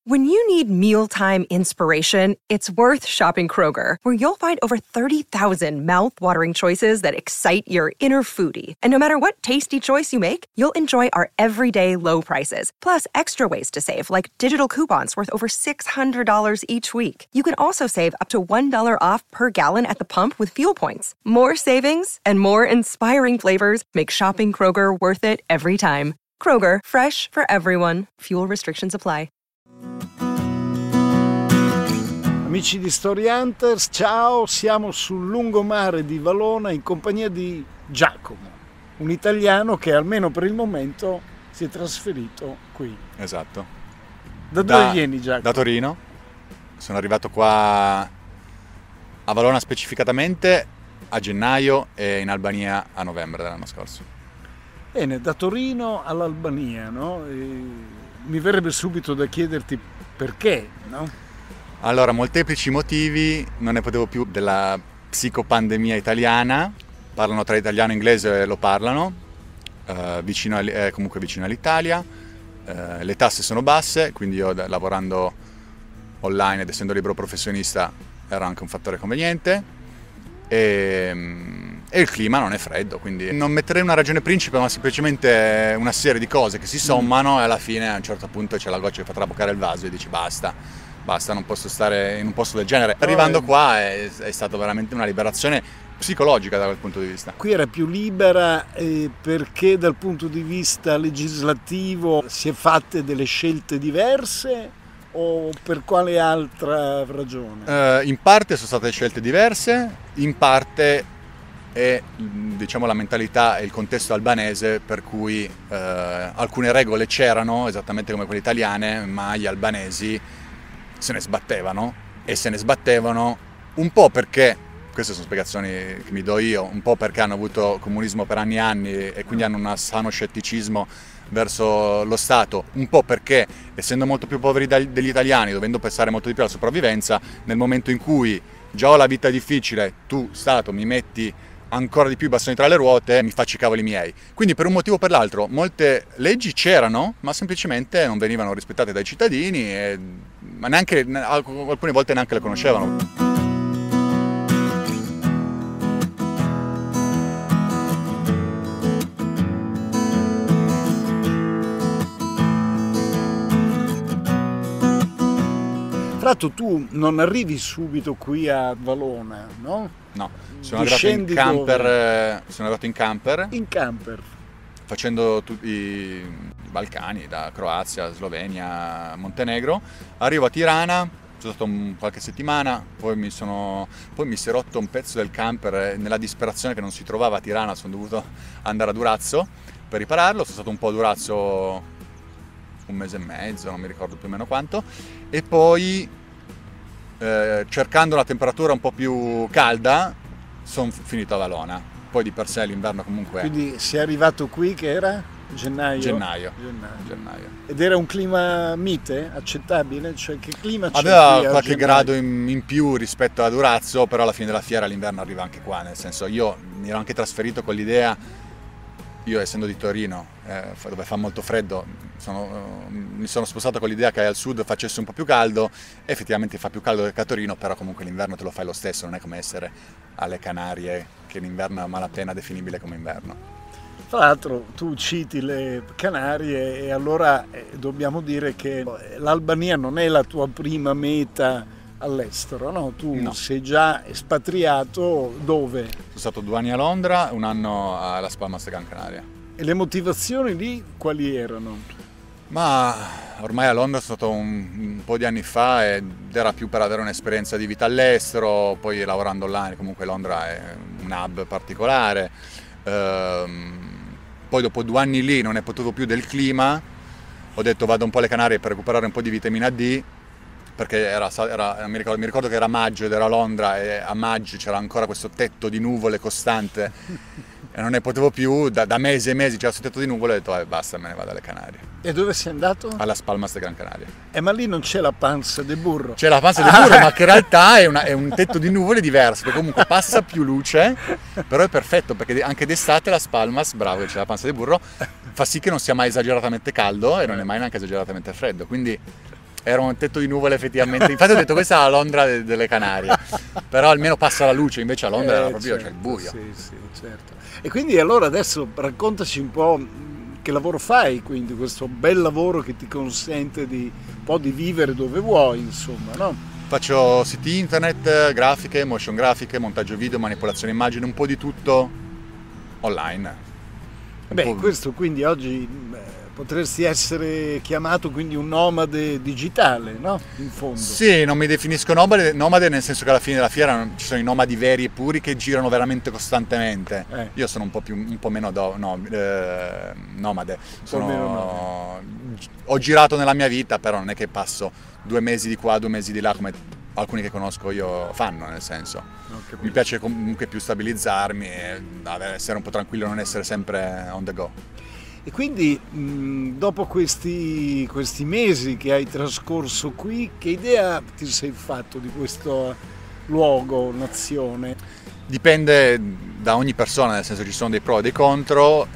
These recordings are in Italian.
When you need mealtime inspiration, it's worth shopping Kroger, where you'll find over 30,000 mouth-watering choices that excite your inner foodie. And no matter what tasty choice you make, you'll enjoy our everyday low prices, plus extra ways to save, like digital coupons worth over $600 each week. You can also save up to $1 off per gallon at the pump with fuel points. More savings and more inspiring flavors make shopping Kroger worth it every time. Kroger, fresh for everyone. Fuel restrictions apply. Amici di Story Hunters, ciao, siamo sul lungomare di Valona in compagnia di Giacomo, un italiano che almeno per il momento si è trasferito qui. Esatto. Da dove vieni, Giacomo? Da Torino. Sono arrivato qua a Valona specificatamente a gennaio e in Albania a novembre dell'anno scorso. Bene, da Torino all'Albania, no? Mi verrebbe subito da chiederti perché, no? Allora, molteplici motivi, non ne potevo più della psicopandemia italiana, parlano tra italiano e inglese, lo parlano, comunque vicino all'Italia, le tasse sono basse, quindi io lavorando online ed essendo libero professionista era anche un fattore conveniente, e il clima non è freddo, quindi non metterei una ragione principe, ma semplicemente una serie di cose che si sommano e alla fine a un certo punto c'è la goccia che fa traboccare il vaso e dici basta, non posso stare in un posto del genere. Arrivando qua è stata veramente una liberazione psicologica da quel punto di vista. Qui era più libera perché dal punto di vista legislativo si è fatte delle scelte diverse o per quale altra ragione? In parte sono state scelte diverse, in parte è diciamo la mentalità e il contesto albanese per cui alcune regole c'erano esattamente come quelle italiane, ma gli albanesi se ne sbattevano un po' perché, queste sono spiegazioni che mi do io, un po' perché hanno avuto comunismo per anni e anni e quindi hanno un sano scetticismo verso lo Stato, un po' perché essendo molto più poveri degli italiani, dovendo pensare molto di più alla sopravvivenza, nel momento in cui già ho la vita difficile, tu Stato mi metti ancora di più i bastoni tra le ruote, mi faccio i cavoli miei. Quindi per un motivo o per l'altro molte leggi c'erano, ma semplicemente non venivano rispettate dai cittadini ma neanche, alcune volte neanche le conoscevano. Tra l'altro tu non arrivi subito qui a Valona, no? No, sono arrivato in camper. In camper? Facendo tutti i Balcani, da Croazia, Slovenia, Montenegro. Arrivo a Tirana, sono stato qualche settimana, poi mi si è rotto un pezzo del camper e nella disperazione che non si trovava a Tirana sono dovuto andare a Durazzo per ripararlo. Sono stato un po' a Durazzo un mese e mezzo, non mi ricordo più o meno quanto, e poi cercando una temperatura un po' più calda sono finito a Valona. Poi di per sé l'inverno comunque... Quindi sei arrivato qui che era? Gennaio. Ed era un clima mite, accettabile? Cioè che clima c'è? Aveva qualche grado in più rispetto a Durazzo, però alla fine della fiera l'inverno arriva anche qua, nel senso io mi ero anche trasferito con l'idea, io essendo di Torino, dove fa molto freddo, mi sono spostato con l'idea che al sud facesse un po' più caldo, effettivamente fa più caldo che a Torino, però comunque l'inverno te lo fai lo stesso, non è come essere alle Canarie, che l'inverno è a malapena definibile come inverno. Tra l'altro tu citi le Canarie e allora dobbiamo dire che l'Albania non è la tua prima meta all'estero, no? Tu sei già espatriato dove? Sono stato 2 anni a Londra, 1 anno a Las Palmas de Gran Canaria. E le motivazioni lì quali erano? Ma ormai a Londra sono stato un po' di anni fa ed era più per avere un'esperienza di vita all'estero, poi lavorando online, comunque Londra è un hub particolare. Poi dopo 2 anni lì non ne potevo più del clima, ho detto vado un po' alle Canarie per recuperare un po' di vitamina D, perché mi ricordo che era maggio ed ero a Londra e a maggio c'era ancora questo tetto di nuvole costante e non ne potevo più, da mesi e mesi c'era questo tetto di nuvole e ho detto basta, me ne vado alle Canarie. E dove sei andato? A Las Palmas de Gran Canaria. Ma lì non c'è la panza del burro? C'è la panza del burro, ma che in realtà è un tetto di nuvole diverso, che comunque passa più luce, però è perfetto perché anche d'estate Las Palmas, bravo che c'è la panza del burro, fa sì che non sia mai esageratamente caldo e non è mai neanche esageratamente freddo, quindi Era un tetto di nuvole effettivamente, infatti ho detto questa è la Londra delle Canarie, però almeno passa la luce, invece a Londra era proprio certo, il buio. Sì, certo. E quindi allora adesso raccontaci un po' che lavoro fai, quindi questo bel lavoro che ti consente di un po' di vivere dove vuoi, insomma, no? Faccio siti internet, grafiche, motion grafiche, montaggio video, manipolazione immagine, un po' di tutto online. Questo quindi oggi potresti essere chiamato quindi un nomade digitale, no? In fondo. Sì, non mi definisco nomade nel senso che alla fine della fiera ci sono i nomadi veri e puri che girano veramente costantemente. Io sono un po' meno nomade. Ho girato nella mia vita, però non è che passo 2 mesi di qua, 2 mesi di là come alcuni che conosco io fanno, nel senso. Mi piace comunque più stabilizzarmi e essere un po' tranquillo, non essere sempre on the go. E quindi dopo questi mesi che hai trascorso qui, che idea ti sei fatto di questo luogo, nazione? Dipende da ogni persona, nel senso ci sono dei pro e dei contro.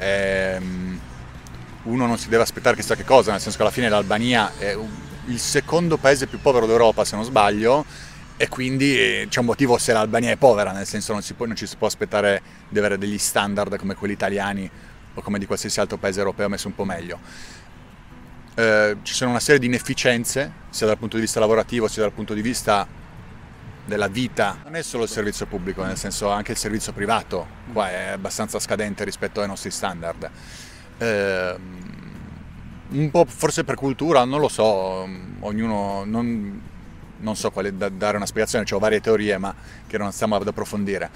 Uno non si deve aspettare chissà che cosa, nel senso che alla fine l'Albania è il secondo paese più povero d'Europa, se non sbaglio, e quindi c'è un motivo se l'Albania è povera, nel senso non ci si può aspettare di avere degli standard come quelli italiani o come di qualsiasi altro paese europeo messo un po' meglio. Ci sono una serie di inefficienze, sia dal punto di vista lavorativo sia dal punto di vista della vita. Non è solo il servizio pubblico, nel senso anche il servizio privato qua è abbastanza scadente rispetto ai nostri standard. Un po' forse per cultura, non lo so, ognuno non so quale dare una spiegazione, ho varie teorie ma che non stiamo ad approfondire.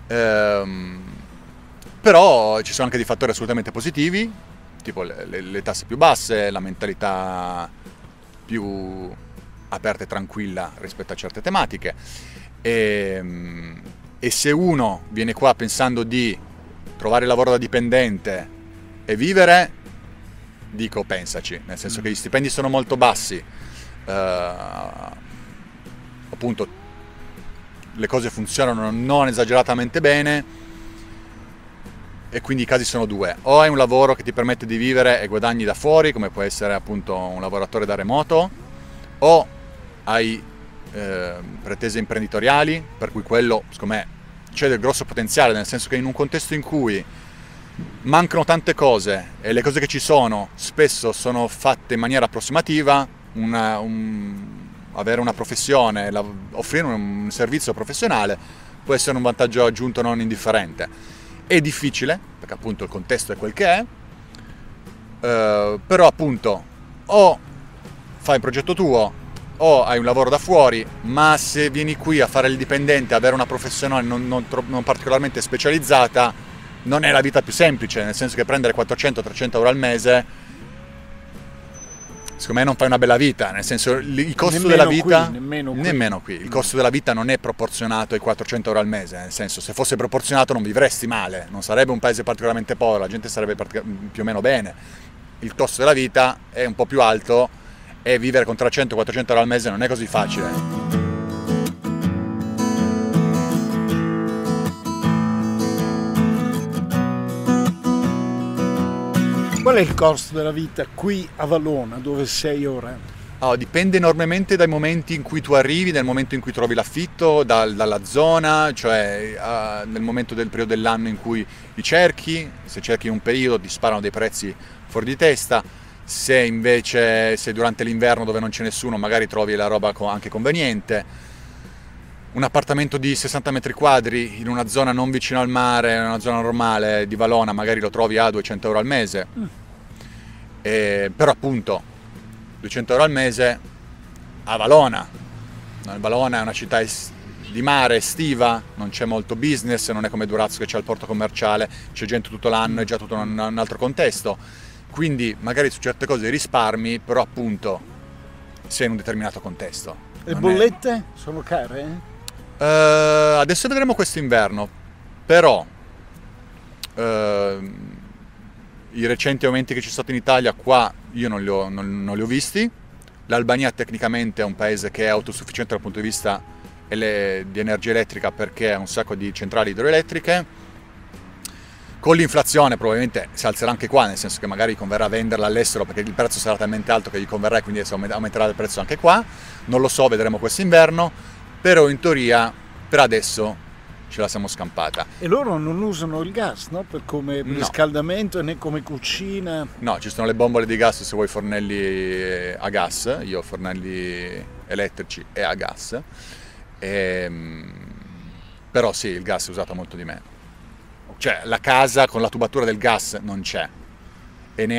Però ci sono anche dei fattori assolutamente positivi, tipo le tasse più basse, la mentalità più aperta e tranquilla rispetto a certe tematiche. E se uno viene qua pensando di trovare lavoro da dipendente e vivere, dico pensaci, nel senso che gli stipendi sono molto bassi, appunto le cose funzionano non esageratamente bene, e quindi i casi sono due: o hai un lavoro che ti permette di vivere e guadagni da fuori, come può essere appunto un lavoratore da remoto, o hai pretese imprenditoriali, per cui quello secondo me c'è del grosso potenziale, nel senso che in un contesto in cui mancano tante cose e le cose che ci sono spesso sono fatte in maniera approssimativa, avere una professione, offrire un servizio professionale può essere un vantaggio aggiunto non indifferente. È difficile, perché appunto il contesto è quel che è, però appunto o fai un progetto tuo o hai un lavoro da fuori, ma se vieni qui a fare il dipendente, avere una professione non particolarmente specializzata, non è la vita più semplice, nel senso che prendere 400-300 euro al mese secondo me non fai una bella vita, nel senso il costo della vita nemmeno qui. Il costo della vita non è proporzionato ai 400 euro al mese, nel senso se fosse proporzionato non vivresti male, non sarebbe un paese particolarmente povero, la gente sarebbe più o meno bene. Il costo della vita è un po' più alto e vivere con 300-400 euro al mese non è così facile. Qual è il costo della vita qui a Valona, dove sei ora? Dipende enormemente dai momenti in cui tu arrivi, nel momento in cui trovi l'affitto, dalla zona, cioè nel momento del periodo dell'anno in cui li cerchi. Se cerchi in un periodo ti sparano dei prezzi fuori di testa, se invece sei durante l'inverno dove non c'è nessuno magari trovi la roba anche conveniente. Un appartamento di 60 metri quadri in una zona non vicino al mare, una zona normale di Valona, magari lo trovi a 200 euro al mese. Però appunto 200 euro al mese a Valona. Valona è una città di mare, estiva, non c'è molto business, non è come Durazzo che c'è il porto commerciale, c'è gente tutto l'anno, è già tutto un altro contesto. Quindi magari su certe cose risparmi, però appunto sei in un determinato contesto. Le bollette sono care? Adesso vedremo quest'inverno, però i recenti aumenti che ci sono stati in Italia qua io non li ho visti. L'Albania tecnicamente è un paese che è autosufficiente dal punto di vista di energia elettrica perché ha un sacco di centrali idroelettriche, Con l'inflazione probabilmente si alzerà anche qua, nel senso che magari converrà venderla all'estero perché il prezzo sarà talmente alto che gli converrà e quindi aumenterà il prezzo anche qua. Non lo so, vedremo quest'inverno, però in teoria per adesso ce la siamo scampata. E loro non usano il gas, no? Per come riscaldamento né come cucina? No, ci sono le bombole di gas se vuoi fornelli a gas, io ho fornelli elettrici e a gas, però sì, il gas è usato molto di meno. Cioè la casa con la tubatura del gas non c'è e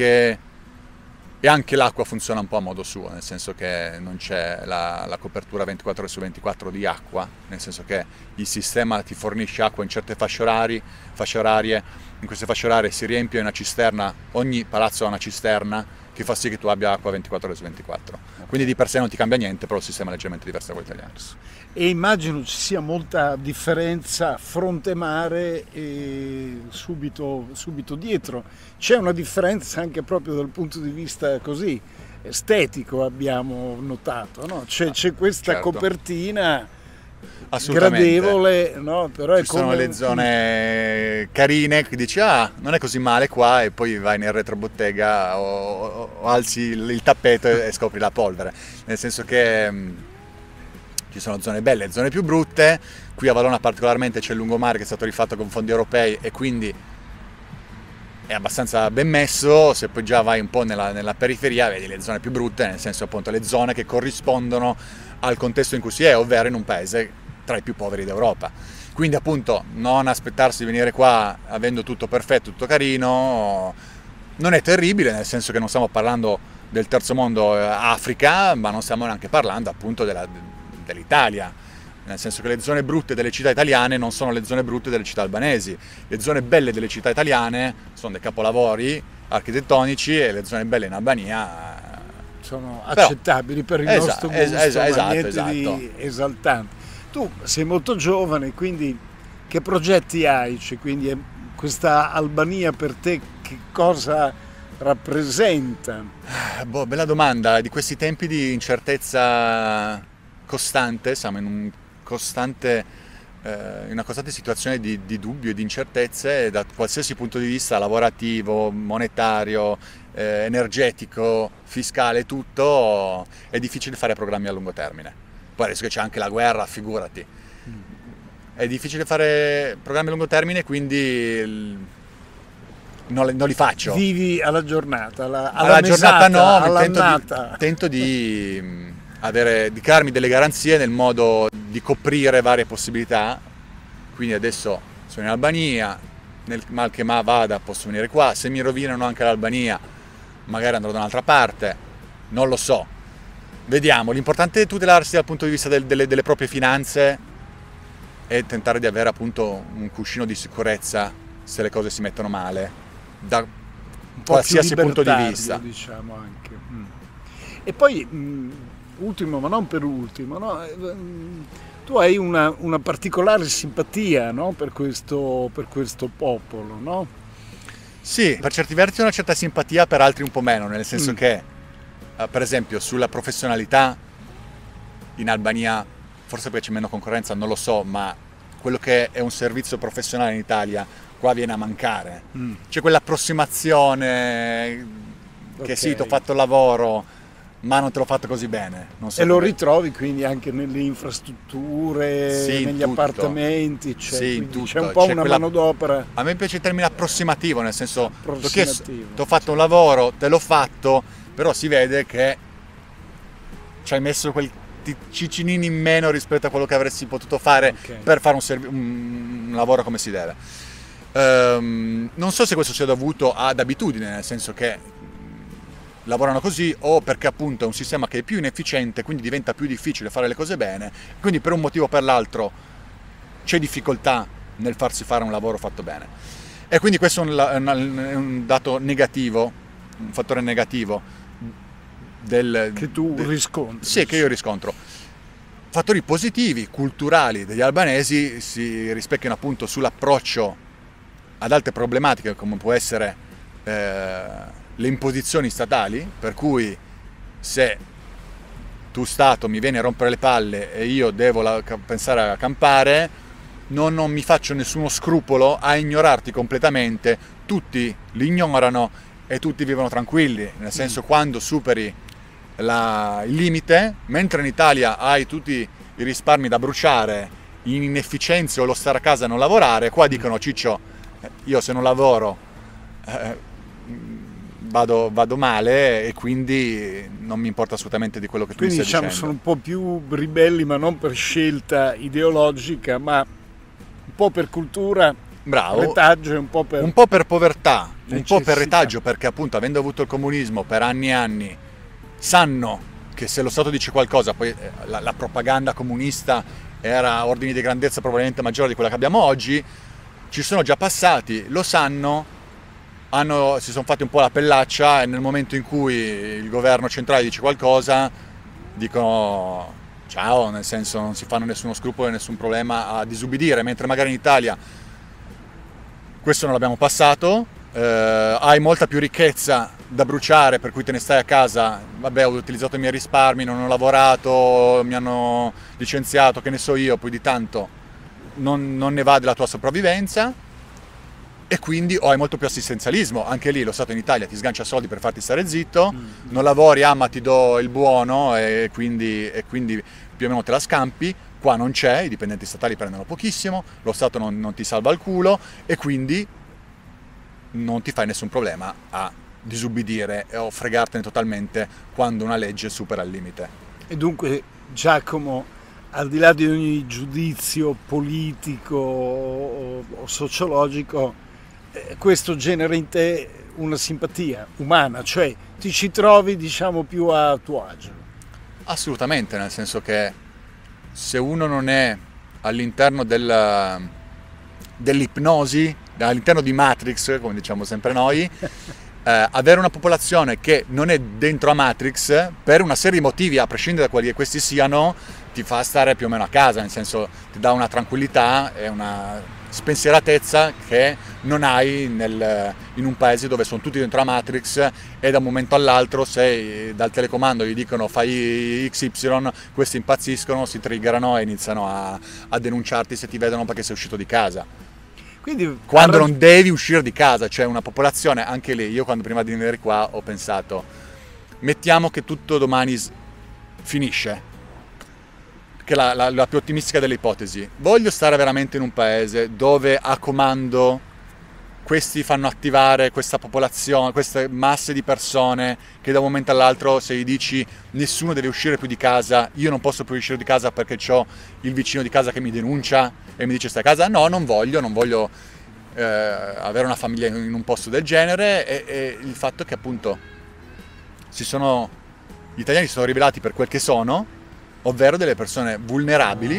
anche l'acqua funziona un po' a modo suo, nel senso che non c'è la copertura 24 ore su 24 di acqua, nel senso che il sistema ti fornisce acqua in certe fasce orarie, in queste fasce orarie si riempie una cisterna, ogni palazzo ha una cisterna che fa sì che tu abbia acqua 24 ore su 24. Quindi di per sé non ti cambia niente, però il sistema è leggermente diverso da quello italiano. E immagino ci sia molta differenza fronte mare e subito dietro. C'è una differenza anche proprio dal punto di vista così estetico, abbiamo notato, no? C'è questa copertina gradevole, no? Però ci sono le zone carine che dici non è così male qua, e poi vai nel retrobottega o alzi il tappeto e scopri la polvere, nel senso che ci sono zone belle e zone più brutte. Qui a Valona particolarmente c'è il lungomare che è stato rifatto con fondi europei e quindi è abbastanza ben messo. Se poi già vai un po' nella periferia vedi le zone più brutte, nel senso appunto le zone che corrispondono al contesto in cui si è, ovvero in un paese tra i più poveri d'Europa. Quindi appunto non aspettarsi di venire qua avendo tutto perfetto, tutto carino, non è terribile, nel senso che non stiamo parlando del terzo mondo Africa, ma non stiamo neanche parlando appunto dell'Italia, nel senso che le zone brutte delle città italiane non sono le zone brutte delle città albanesi. Le zone belle delle città italiane sono dei capolavori architettonici e le zone belle in Albania sono accettabili per il nostro gusto, esatto. di esaltanti. Tu sei molto giovane, quindi che progetti hai? Cioè, quindi questa Albania per te che cosa rappresenta? Bella domanda. Di questi tempi di incertezza costante, siamo in una costante situazione di dubbio e di incertezze da qualsiasi punto di vista, lavorativo, monetario, energetico, fiscale, tutto. È difficile fare programmi a lungo termine. Poi adesso che c'è anche la guerra, figurati. È difficile fare programmi a lungo termine, quindi non li faccio. Vivi alla giornata, alla mesata, giornata no, tento di crearmi delle garanzie nel modo di coprire varie possibilità. Quindi adesso sono in Albania, nel mal che ma vada posso venire qua, se mi rovinano anche l'Albania magari andrò da un'altra parte, non lo so, vediamo. L'importante è tutelarsi dal punto di vista delle proprie finanze e tentare di avere appunto un cuscino di sicurezza se le cose si mettono male, da qualsiasi punto di vista, diciamo anche. E poi ultimo, ma non per ultimo, no? Tu hai una particolare simpatia, no? per questo popolo, no? Sì, per certi versi una certa simpatia, per altri un po' meno, nel senso che, per esempio, sulla professionalità in Albania, forse perché c'è meno concorrenza, non lo so, ma quello che è un servizio professionale in Italia qua viene a mancare. C'è quell'approssimazione che sì, ti ho fatto il lavoro, ma non te l'ho fatto così bene. Non so, e lo ritrovi quindi anche nelle infrastrutture, sì, negli appartamenti, sì, c'è un po' una manodopera. A me piace il termine approssimativo, nel senso che ti ho fatto un lavoro, te l'ho fatto, però si vede che ci hai messo quel cicinini in meno rispetto a quello che avresti potuto fare per fare un lavoro come si deve. Non so se questo sia dovuto ad abitudine, nel senso che lavorano così, o perché appunto è un sistema che è più inefficiente, quindi diventa più difficile fare le cose bene, quindi per un motivo o per l'altro c'è difficoltà nel farsi fare un lavoro fatto bene. E quindi questo è un dato negativo, un fattore negativo che tu riscontri. Sì, che io riscontro. Fattori positivi, culturali degli albanesi si rispecchiano appunto sull'approccio ad altre problematiche, come può essere le imposizioni statali, per cui se tu Stato mi vieni a rompere le palle e io devo pensare a campare, non mi faccio nessuno scrupolo a ignorarti completamente, tutti li ignorano e tutti vivono tranquilli, nel senso quando superi il limite, mentre in Italia hai tutti i risparmi da bruciare in inefficienze o lo stare a casa e non lavorare, qua dicono Ciccio, io se non lavoro vado male e quindi non mi importa assolutamente di quello che tu mi stai dicendo. Sono un po' più ribelli, ma non per scelta ideologica, ma un po' per cultura, bravo, retaggio e un po' per povertà, necessità. Un po' per retaggio, perché appunto avendo avuto il comunismo per anni e anni sanno che se lo Stato dice qualcosa, poi la propaganda comunista era a ordini di grandezza probabilmente maggiore di quella che abbiamo oggi, ci sono già passati, lo sanno, si sono fatti un po' la pellaccia e nel momento in cui il governo centrale dice qualcosa dicono ciao, nel senso non si fanno nessuno scrupolo e nessun problema a disubbidire, mentre magari in Italia questo non l'abbiamo passato, hai molta più ricchezza da bruciare per cui te ne stai a casa, vabbè ho utilizzato i miei risparmi, non ho lavorato, mi hanno licenziato, che ne so io, poi di tanto non ne va della tua sopravvivenza. E quindi hai molto più assistenzialismo, anche lì lo Stato in Italia ti sgancia soldi per farti stare zitto, non lavori, ma ti do il buono e quindi più o meno te la scampi, qua non c'è, i dipendenti statali prendono pochissimo, lo Stato non ti salva il culo e quindi non ti fai nessun problema a disubbidire o fregartene totalmente quando una legge supera il limite. E dunque Giacomo, al di là di ogni giudizio politico o sociologico, questo genera in te una simpatia umana, cioè ti ci trovi diciamo più a tuo agio. Assolutamente, nel senso che se uno non è all'interno dell'ipnosi, all'interno di Matrix, come diciamo sempre noi, avere una popolazione che non è dentro a Matrix per una serie di motivi, a prescindere da quali questi siano, ti fa stare più o meno a casa, nel senso ti dà una tranquillità e una spensieratezza che non hai in un paese dove sono tutti dentro a Matrix e da un momento all'altro se dal telecomando gli dicono fai XY, questi impazziscono, si triggerano e iniziano a denunciarti se ti vedono perché sei uscito di casa. Quindi, quando non devi uscire di casa, c'è una popolazione, anche lì, io quando prima di venire qua ho pensato, mettiamo che tutto domani finisce, che è la più ottimistica delle ipotesi, voglio stare veramente in un paese dove a comando questi fanno attivare questa popolazione, queste masse di persone che da un momento all'altro se gli dici nessuno deve uscire più di casa, io non posso più uscire di casa perché ho il vicino di casa che mi denuncia e mi dice stai a casa, no, non voglio avere una famiglia in un posto del genere e il fatto che appunto gli italiani si sono rivelati per quel che sono, ovvero delle persone vulnerabili.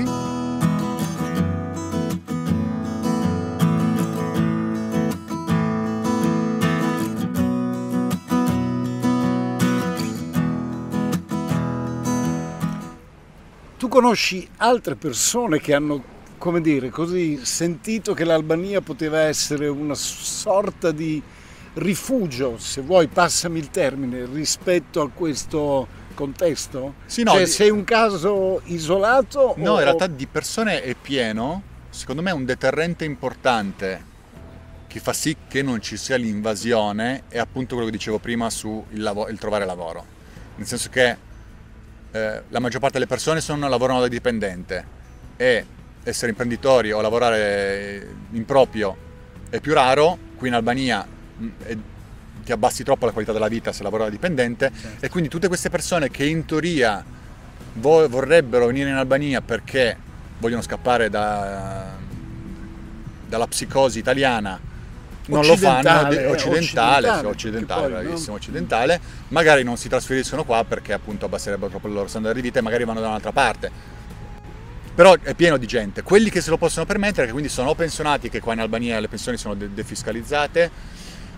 Tu conosci altre persone che hanno, come dire, così sentito che l'Albania poteva essere una sorta di rifugio, se vuoi, passami il termine, rispetto a questo contesto? Sì, no, cioè, sei un caso isolato? No, in realtà di persone è pieno. Secondo me un deterrente importante che fa sì che non ci sia l'invasione è appunto quello che dicevo prima su il trovare lavoro. Nel senso che la maggior parte delle persone lavorano da dipendente e essere imprenditori o lavorare in proprio è più raro. Qui in Albania ti abbassi troppo la qualità della vita se lavora da dipendente, certo. E quindi tutte queste persone che in teoria vorrebbero venire in Albania perché vogliono scappare dalla psicosi italiana, non lo fanno, occidentale, bravissimo, no? Occidentale, magari non si trasferiscono qua perché appunto abbasserebbero troppo il loro standard di vita e magari vanno da un'altra parte. Però è pieno di gente, quelli che se lo possono permettere, che quindi sono o pensionati, che qua in Albania le pensioni sono defiscalizzate,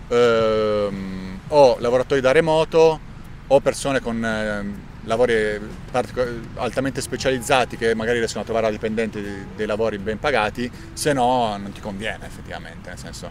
o lavoratori da remoto o persone con lavori altamente specializzati che magari riescono a trovare a dipendenti dei lavori ben pagati, se no non ti conviene effettivamente, nel senso.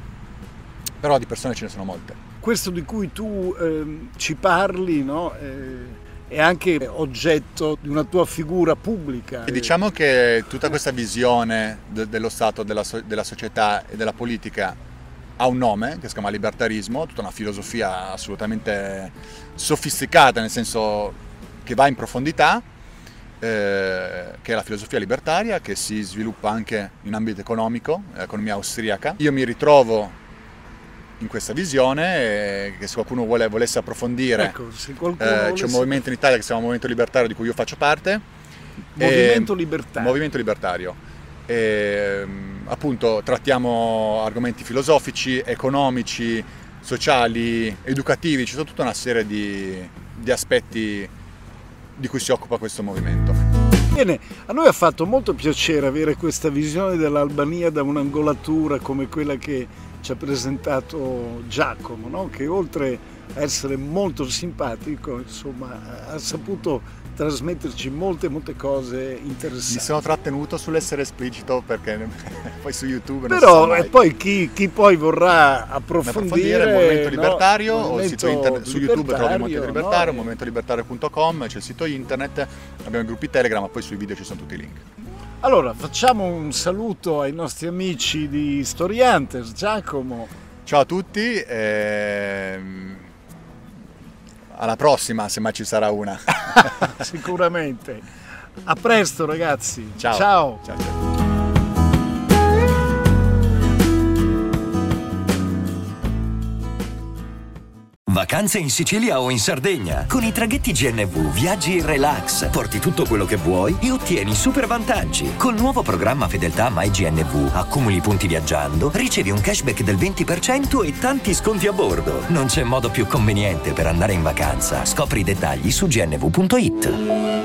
Però di persone ce ne sono molte. Questo di cui tu ci parli, no? è anche oggetto di una tua figura pubblica. E diciamo che tutta questa visione dello Stato, della società e della politica ha un nome che si chiama libertarismo, tutta una filosofia assolutamente sofisticata, nel senso che va in profondità, che è la filosofia libertaria, che si sviluppa anche in ambito economico, l'economia austriaca. Io mi ritrovo in questa visione, che se qualcuno volesse approfondire, ecco, se qualcuno c'è un movimento in Italia che si chiama Movimento Libertario, di cui io faccio parte. Movimento Libertario. Appunto trattiamo argomenti filosofici, economici, sociali, educativi, c'è tutta una serie di aspetti di cui si occupa questo movimento. Bene, a noi ha fatto molto piacere avere questa visione dell'Albania da un'angolatura come quella che ci ha presentato Giacomo, no? Che oltre a essere molto simpatico, insomma, ha saputo trasmetterci molte cose interessanti. Mi sono trattenuto sull'essere esplicito perché poi su YouTube non però si sa mai. Poi chi poi vorrà approfondire il Movimento Libertario, no? o il sito internet, su YouTube trovi il Movimento Libertario, no? movimentolibertario.com, c'è il sito internet, abbiamo i gruppi Telegram, ma poi sui video ci sono tutti i link. Allora, facciamo un saluto ai nostri amici di Storyhunters. Giacomo. Ciao a tutti, alla prossima, se mai ci sarà una. Sicuramente. A presto ragazzi. Ciao. Ciao. Ciao, ciao. Vacanze in Sicilia o in Sardegna. Con i traghetti GNV viaggi in relax, porti tutto quello che vuoi e ottieni super vantaggi. Col nuovo programma Fedeltà MyGNV accumuli punti viaggiando, ricevi un cashback del 20% e tanti sconti a bordo. Non c'è modo più conveniente per andare in vacanza. Scopri i dettagli su gnv.it.